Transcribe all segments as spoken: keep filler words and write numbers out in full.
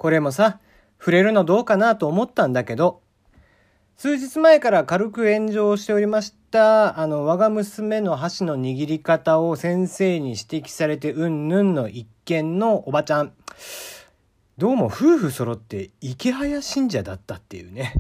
これもさ、触れるのどうかなと思ったんだけど、数日前から軽く炎上しておりましたあの我が娘の箸の握り方を先生に指摘されてうんぬんの一件のおばちゃん、どうも夫婦揃って池早信者だったっていうね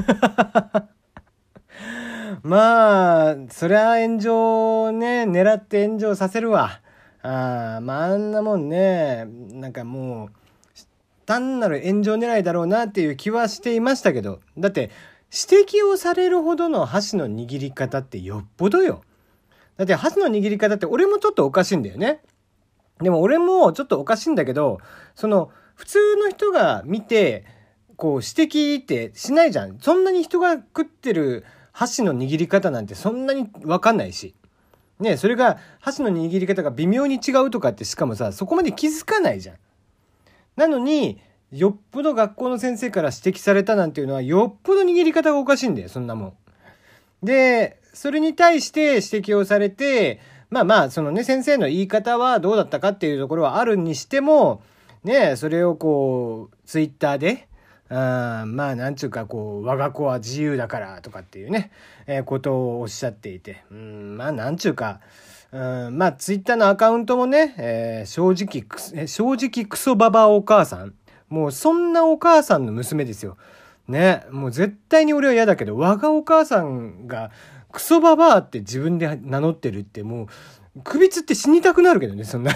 まあそりゃ炎上ね、狙って炎上させるわ。あまああんなもんね、なんかもう単なる炎上狙いだろうなっていう気はしていましたけど、だって指摘をされるほどの箸の握り方ってよっぽどよ。だって箸の握り方って俺もちょっとおかしいんだよね。でも俺もちょっとおかしいんだけど、その普通の人が見てこう指摘ってしないじゃん。そんなに人が食ってる箸の握り方なんてそんなに分かんないしね、それが箸の握り方が微妙に違うとかって、しかもさそこまで気づかないじゃん。なのによっぽど学校の先生から指摘されたなんていうのはよっぽど握り方がおかしいんだよ、そんなもん。でそれに対して指摘をされて、まあまあそのね先生の言い方はどうだったかっていうところはあるにしてもね、それをこうツイッターであまあなんちゅうかこう我が子は自由だからとかっていうね、えー、ことをおっしゃっていて、うんまあなんちゅうかうんまあツイッターのアカウントもね、えー、正直く正直クソババアお母さん、もうそんなお母さんの娘ですよね。もう絶対に俺は嫌だけど、我がお母さんがクソババアって自分で名乗ってるって、もう首つって死にたくなるけどね、そんな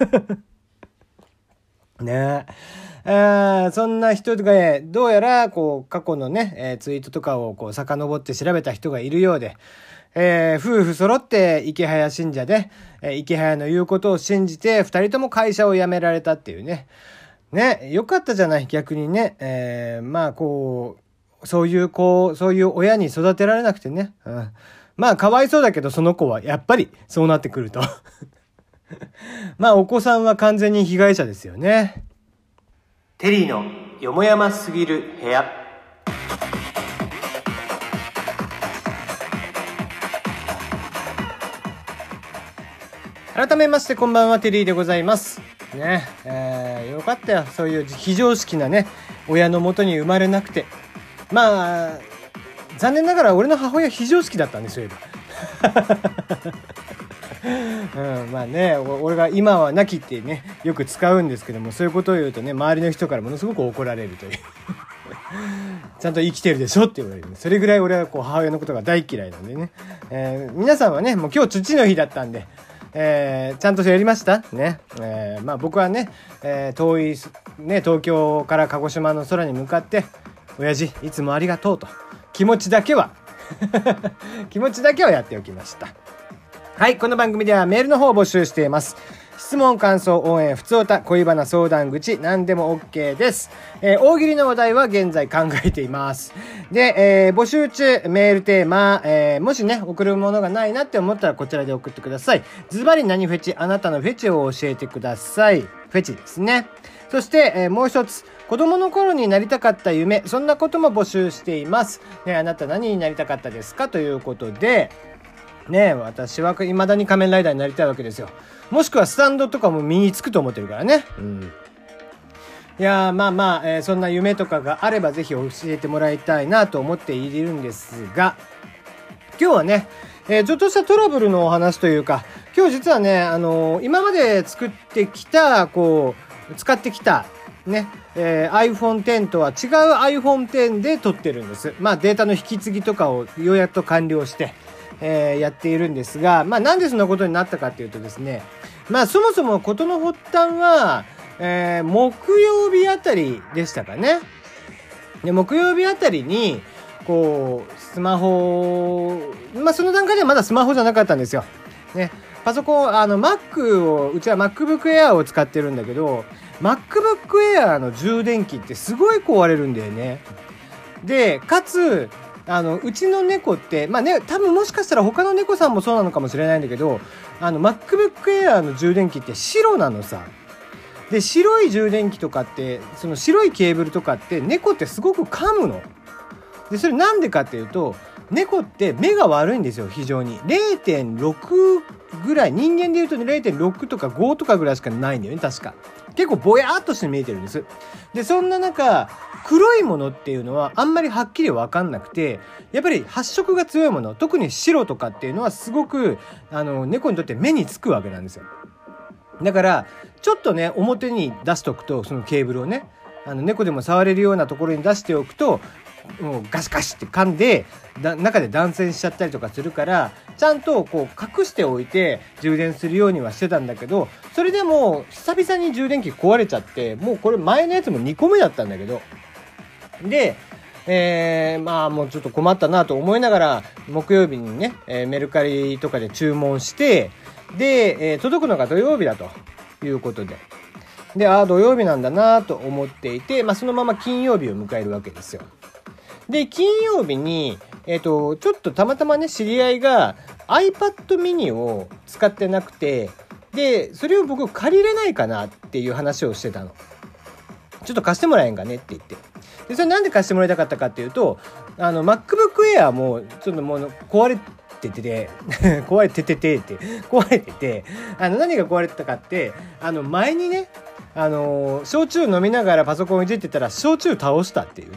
ねえー、そんな人が、ね、どうやらこう過去のね、えー、ツイートとかをこう遡って調べた人がいるようで、えー、夫婦揃って池早信者で、えー、池早の言うことを信じて二人とも会社を辞められたっていうね。ね、よかったじゃない、逆にね。えー、まあこうそういう子、そういう親に育てられなくてね、うん、まあかわいそうだけど、その子はやっぱりそうなってくるとまあお子さんは完全に被害者ですよね。テリーのよもやますぎる部屋。改めましてこんばんは、テリーでございますね。えー、よかったよ、そういう非常識なね親のもとに生まれなくて。まあ残念ながら俺の母親非常識だったんですよ、うん、まあね、俺が今は亡きってねよく使うんですけども、そういうことを言うとね周りの人からものすごく怒られるというちゃんと生きてるでしょって言われる。それぐらい俺はこう母親のことが大嫌いなんでね、えー、皆さんはねもう今日父の日だったんで、えー、ちゃんとやりましたね。えー、まあ僕はね、えー、遠いね東京から鹿児島の空に向かって、親父いつもありがとうと気持ちだけは気持ちだけはやっておきました。はい、この番組ではメールの方を募集しています。質問、感想、応援、ふつおた、恋バナ、相談口、何でも OK です。えー、大喜利の話題は現在考えています。で、えー、募集中、メールテーマ、えー、もしね、送るものがないなって思ったらこちらで送ってください。ズバリ何フェチ、あなたのフェチを教えてください。フェチですね。そして、えー、もう一つ、子供の頃になりたかった夢、そんなことも募集しています。ね、あなた何になりたかったですかということで、ねえ、私は未だに仮面ライダーになりたいわけですよ。もしくはスタンドとかも身につくと思ってるからね。うん。いやーまあまあ、えー、そんな夢とかがあればぜひ教えてもらいたいなと思っているんですが、今日はね、えー、ちょっとしたトラブルのお話というか、今日実はね、あのー、今まで作ってきた、こう、使ってきた、ね、えー、アイフォンテン とは違う アイフォンテン で撮ってるんです。まあデータの引き継ぎとかをようやっと完了して、えー、やっているんですが、まあなんでそんなことになったかっていうとですね、まあそもそも事の発端は、えー、木曜日あたりでしたかね。で木曜日あたりにこうスマホ、まあその段階ではまだスマホじゃなかったんですよ。ね、パソコン、あの Mac を、うちは MacBook Air を使ってるんだけど、MacBook Air の充電器ってすごい壊れるんだよね。でかつあのうちの猫ってまあね、多分もしかしたら他の猫さんもそうなのかもしれないんだけど、あの MacBook Air の充電器って白なのさ。で白い充電器とかって、その白いケーブルとかって猫ってすごく噛むので、それなんでかっていうと、猫って目が悪いんですよ、非常に。 れいてんろく ぐらい、人間でいうと れいてんろく とかごとかぐらいしかないんだよね、確か結構ぼやーっとして見えてるんです。で、そんな中、黒いものっていうのはあんまりはっきりわかんなくて、やっぱり発色が強いもの、特に白とかっていうのはすごく、あの、猫にとって目につくわけなんですよ。だから、ちょっとね、表に出しとくと、そのケーブルをね、あの、猫でも触れるようなところに出しておくと、もうガシガシって噛んでだ中で断線しちゃったりとかするから、ちゃんとこう隠しておいて充電するようにはしてたんだけど、それでも久々に充電器壊れちゃって、もうこれ前のやつもにこめだったんだけど、で、えー、まあもうちょっと困ったなと思いながら木曜日にね、えー、メルカリとかで注文して、で、えー、届くのが土曜日だということで、で、ああ土曜日なんだなと思っていて、まあそのまま金曜日を迎えるわけですよ。で、金曜日に、えっと、ちょっとたまたまね、知り合いが iPad mini を使ってなくて、で、それを僕借りれないかなっていう話をしてたの。ちょっと貸してもらえんかねって言って。で、それなんで貸してもらいたかったかっていうと、あの、MacBook Air も、ちょっともう壊れてて、壊れてててって、壊れてて、あの、何が壊れてたかって、あの、前にね、あのー、焼酎飲みながらパソコンをいじってたら焼酎倒したっていうね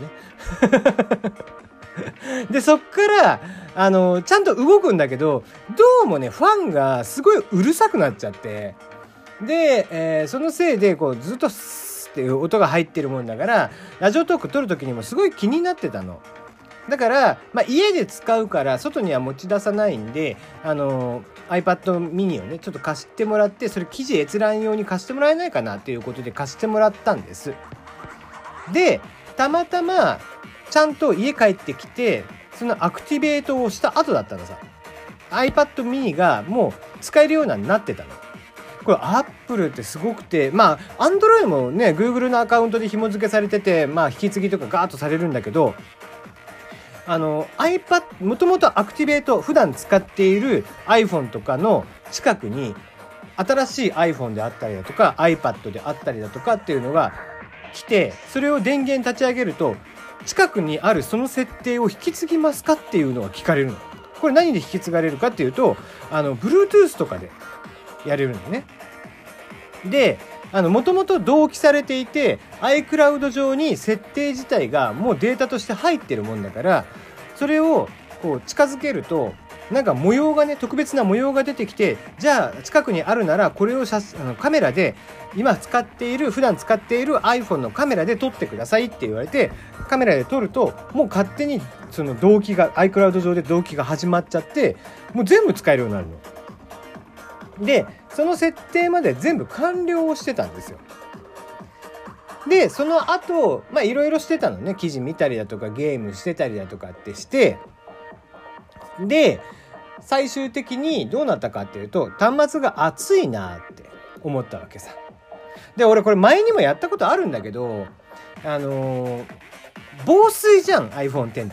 でそっからあのー、ちゃんと動くんだけど、どうもねファンがすごいうるさくなっちゃって、で、えー、そのせいでこうずっとスーっていう音が入ってるもんだから、ラジオトーク撮る時にもすごい気になってたの。だから、まあ、家で使うから外には持ち出さないんで、あのー、iPad mini をねちょっと貸してもらって、それ記事閲覧用に貸してもらえないかなっていうことで貸してもらったんです。で、たまたまちゃんと家帰ってきてそのアクティベートをした後だったのさ。 iPad mini がもう使えるようになってたの。これ Apple ってすごくて、まあ Android もね Google のアカウントで紐付けされてて、まあ引き継ぎとかガーッとされるんだけど、あの iPad もともとアクティベート普段使っている iPhone とかの近くに新しい iPhone であったりだとか iPad であったりだとかっていうのが来て、それを電源立ち上げると近くにあるその設定を引き継ぎますかっていうのが聞かれるの。これ何で引き継がれるかっていうと、あの Bluetooth とかでやれるんだね。で、あの、もともと同期されていて、iCloud 上に設定自体がもうデータとして入ってるもんだから、それをこう近づけると、なんか模様がね、特別な模様が出てきて、じゃあ近くにあるなら、これを写あのカメラで、今使っている、普段使っている iPhone のカメラで撮ってくださいって言われて、カメラで撮ると、もう勝手にその同期が、iCloud 上で同期が始まっちゃって、もう全部使えるようになるの。で、その設定まで全部完了をしてたんですよ。で、その後、まあいろいろしてたのね。記事見たりだとか、ゲームしてたりだとかってして、で、最終的にどうなったかっていうと、端末が熱いなって思ったわけさ。で、俺これ前にもやったことあるんだけど、あのー、防水じゃん、iPhone テンって。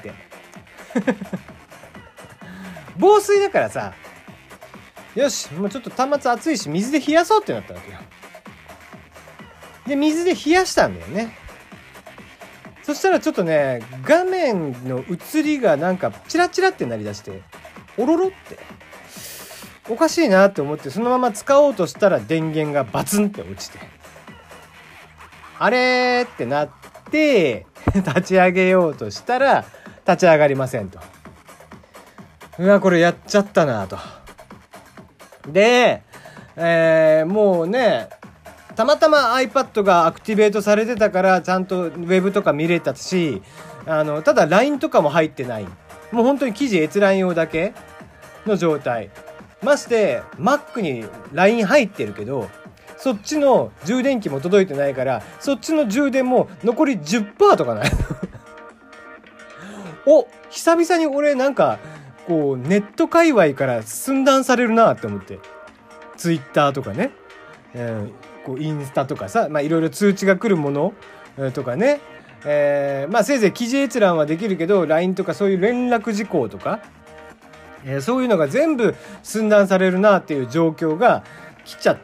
防水だからさ、よし、もうちょっと端末熱いし水で冷やそうってなったわけよ。で、水で冷やしたんだよね。そしたらちょっとね、画面の映りがなんかチラチラってなりだして、おろろっておかしいなって思って、そのまま使おうとしたら電源がバツンって落ちて、あれーってなって立ち上げようとしたら立ち上がりませんと。うわ、これやっちゃったなと。で、えー、もうね、たまたま iPad がアクティベートされてたからちゃんとウェブとか見れたし、あのただ ライン とかも入ってない、もう本当に記事閲覧用だけの状態。まして Mac に ライン 入ってるけど、そっちの充電器も届いてないから、そっちの充電も残り じゅっパーセント とかないお、久々に俺なんかこうネット界隈から寸断されるなって思って、ツイッターとかね、えー、こうインスタとかさ、まあいろいろ通知が来るもの、えー、とかね、えー、まあせいぜい記事閲覧はできるけど ライン とかそういう連絡事項とか、えー、そういうのが全部寸断されるなっていう状況が来ちゃって、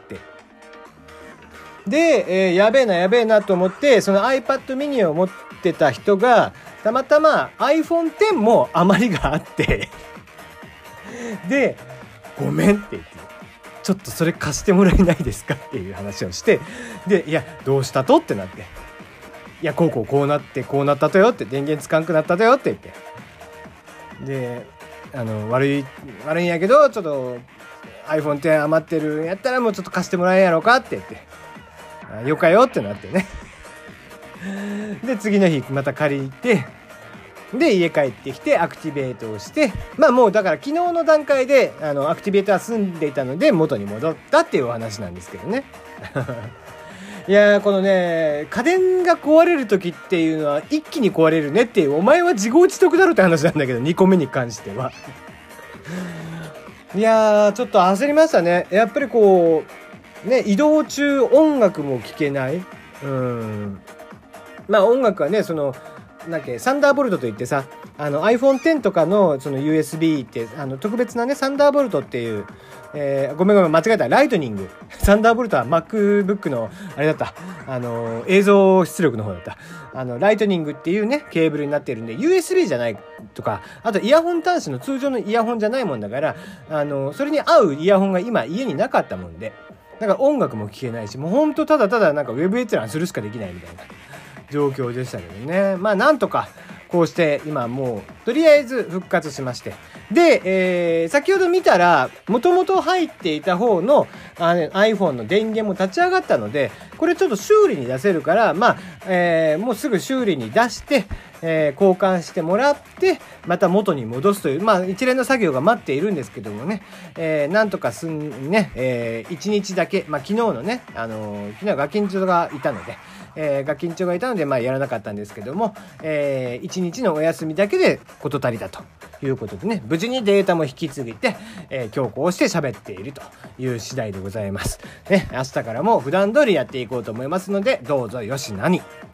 で、えー、やべえなやべえなと思って、その iPad mini を持ってた人がたまたま iPhone テンも余りがあってで、ごめんって言って、 ちょっとそれ貸してもらえないですかっていう話をして、でいやどうしたとってなって、いやこうこうこうなってこうなったとよって、電源つかんくなったとよって言って、であの悪い悪いんやけどちょっと アイフォンテン 余ってるんやったらもうちょっと貸してもらえんやろうかって言って、あよかよってなってねで次の日また借りて、で家帰ってきてアクティベートをして、まあもうだから昨日の段階であのアクティベートは済んでいたので元に戻ったっていうお話なんですけどねいやーこのね家電が壊れる時っていうのは一気に壊れるねっていう、お前は自業自得だろって話なんだけど、にこめに関してはいやーちょっと焦りましたね。やっぱりこうね移動中音楽も聴けない、うんまあ音楽はねそのなんかサンダーボルトといってさ、あの アイフォンテン とかのその ユーエスビー ってあの特別なねサンダーボルトっていう、えー、ごめんごめん間違えた、ライトニングサンダーボルトは MacBook のあれだった、あの映像出力の方だった、あのライトニングっていうねケーブルになってるんで ユーエスビー じゃないとか、あとイヤホン端子の通常のイヤホンじゃないもんだから、あのそれに合うイヤホンが今家になかったもんで、だから音楽も聴けないし、もうほんとただただなんかウェブ閲覧するしかできないみたいな状況でしたけどね。まあなんとかこうして今もうとりあえず復活しまして、で、えー、先ほど見たらもともと入っていた方のあの iPhone の電源も立ち上がったので、これちょっと修理に出せるから、まあ、えー、もうすぐ修理に出して、えー、交換してもらってまた元に戻すという、まあ一連の作業が待っているんですけどもね、えー、なんとかすんね、えー、いちにちだけ、まあ昨日のね、あのー、昨日はガキンチョがいたので、えー、ガキンチョがいたのでまあやらなかったんですけども、えー、いちにちのお休みだけで事足りたということでね、無事にデータも引き継げて、えー、強行して喋っているという次第でございますね。明日からも普段通りやっていこうと思いますので、どうぞよしなに。